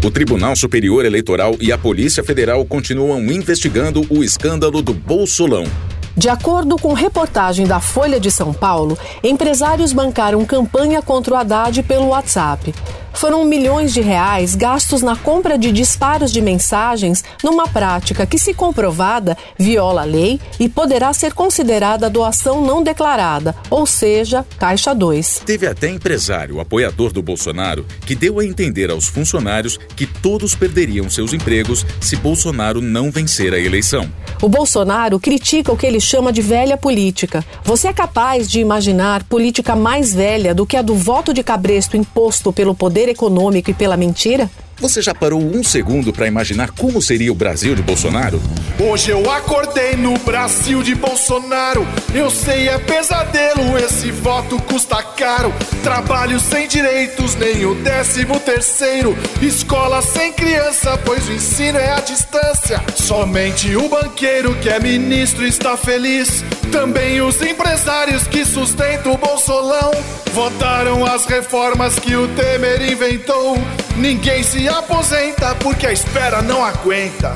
O Tribunal Superior Eleitoral e a Polícia Federal continuam investigando o escândalo do Bolsolão. De acordo com reportagem da Folha de São Paulo, empresários bancaram campanha contra o Haddad pelo WhatsApp. Foram milhões de reais gastos na compra de disparos de mensagens numa prática que, se comprovada, viola a lei e poderá ser considerada doação não declarada, ou seja, Caixa 2. Teve até empresário apoiador do Bolsonaro que deu a entender aos funcionários que todos perderiam seus empregos se Bolsonaro não vencer a eleição. O Bolsonaro critica o que ele chama de velha política. Você é capaz de imaginar política mais velha do que a do voto de cabresto imposto pelo poder econômico e pela mentira? Você já parou um segundo para imaginar como seria o Brasil de Bolsonaro? Hoje eu acordei no Brasil de Bolsonaro. Eu sei, é pesadelo, esse voto custa caro. Trabalho sem direitos, nem o 13º. Escola sem criança, pois o ensino é à distância. Somente o banqueiro que é ministro está feliz. Também os empresários que sustentam o Bolsolão votaram as reformas que o Temer inventou. Ninguém se aposenta porque a espera não aguenta.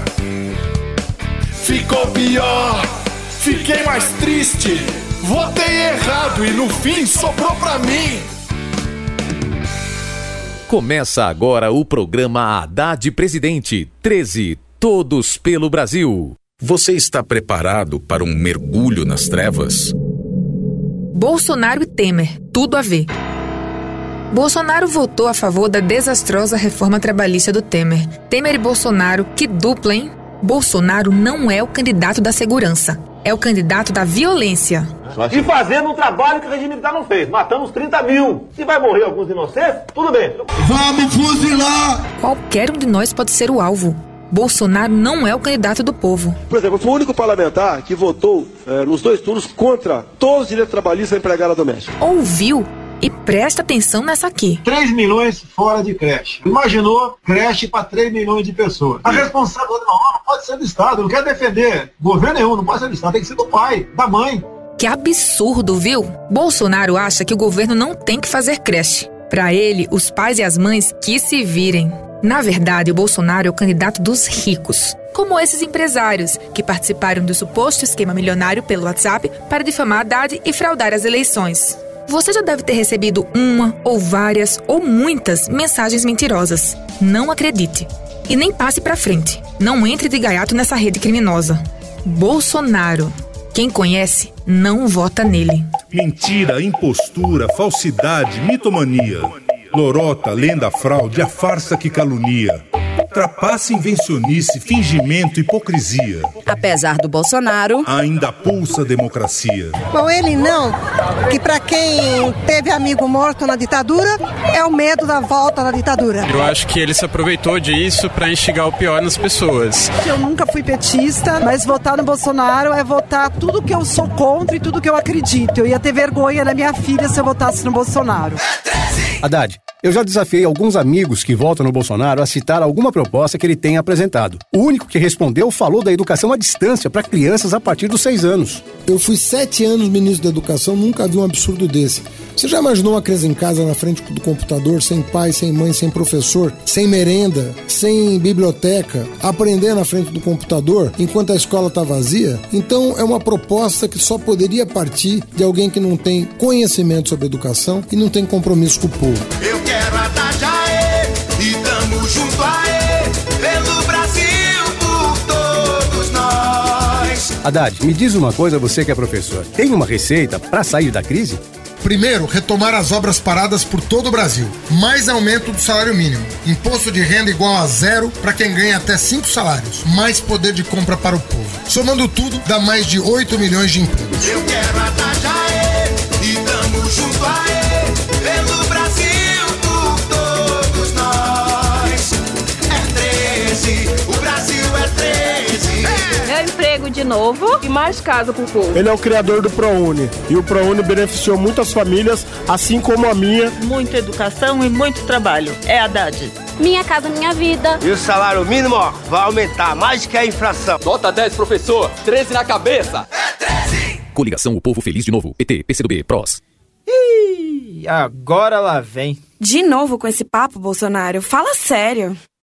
Ficou pior, fiquei mais triste. Votei errado e no fim sobrou pra mim. Começa agora o programa Haddad Presidente 13, Todos pelo Brasil. Você está preparado para um mergulho nas trevas? Bolsonaro e Temer, tudo a ver. Bolsonaro votou a favor da desastrosa reforma trabalhista do Temer. Temer e Bolsonaro, que dupla, hein? Bolsonaro não é o candidato da segurança, é o candidato da violência. E fazendo um trabalho que o regime militar não fez. Matamos 30 mil. Se vai morrer alguns inocentes, tudo bem. Vamos fuzilar! Qualquer um de nós pode ser o alvo. Bolsonaro não é o candidato do povo. Por exemplo, eu fui o único parlamentar que votou nos 2 turnos contra todos os direitos trabalhistas da empregada doméstica. Ouviu? E presta atenção nessa aqui. 3 milhões fora de creche. Imaginou creche para 3 milhões de pessoas. A responsabilidade não pode ser do Estado. Não quer defender governo nenhum, não pode ser do Estado. Tem que ser do pai, da mãe. Que absurdo, viu? Bolsonaro acha que o governo não tem que fazer creche. Para ele, os pais e as mães que se virem. Na verdade, o Bolsonaro é o candidato dos ricos, como esses empresários que participaram do suposto esquema milionário pelo WhatsApp para difamar Haddad e fraudar as eleições. Você já deve ter recebido uma, ou várias, ou muitas mensagens mentirosas. Não acredite. E nem passe pra frente. Não entre de gaiato nessa rede criminosa. Bolsonaro. Quem conhece, não vota nele. Mentira, impostura, falsidade, mitomania. Lorota, lenda, fraude, a farsa que calunia. Trapaça, invencionice, fingimento, hipocrisia. Apesar do Bolsonaro, ainda pulsa a democracia. Bom, ele não, que pra quem teve amigo morto na ditadura, é o medo da volta da ditadura. Eu acho que ele se aproveitou disso pra instigar o pior nas pessoas. Eu nunca fui petista, mas votar no Bolsonaro é votar tudo que eu sou contra e tudo que eu acredito. Eu ia ter vergonha da minha filha se eu votasse no Bolsonaro. Haddad, eu já desafiei alguns amigos que votam no Bolsonaro a citar alguma proposta que ele tenha apresentado. O único que respondeu falou da educação à distância para crianças a partir dos 6 anos. Eu fui 7 anos ministro da Educação, nunca vi um absurdo desse. Você já imaginou uma criança em casa na frente do computador, sem pai, sem mãe, sem professor, sem merenda, sem biblioteca, aprender na frente do computador enquanto a escola está vazia? Então é uma proposta que só poderia partir de alguém que não tem conhecimento sobre educação e não tem compromisso com o povo. Eu quero Haddad e tamo junto pelo Brasil, por todos nós. Haddad, me diz uma coisa, você que é professor. Tem uma receita para sair da crise? Primeiro, retomar as obras paradas por todo o Brasil. Mais aumento do salário mínimo. Imposto de renda igual a 0 para quem ganha até 5 salários. Mais poder de compra para o povo. Somando tudo, dá mais de 8 milhões de empregos. Eu quero Haddad e tamo junto pelo Brasil, por todos nós. É 13, o Brasil é 13. Meu emprego de novo e mais casa pro povo. Ele é o criador do ProUni e o ProUni beneficiou muitas famílias, assim como a minha. Muita educação e muito trabalho. É Haddad. Minha Casa Minha Vida. E o salário mínimo, vai aumentar mais que a inflação. Nota 10, professor. 13 na cabeça. É 13. Coligação O Povo Feliz de Novo. PT, PCdoB, PROS. Ih, agora lá vem. De novo com esse papo, Bolsonaro. Fala sério.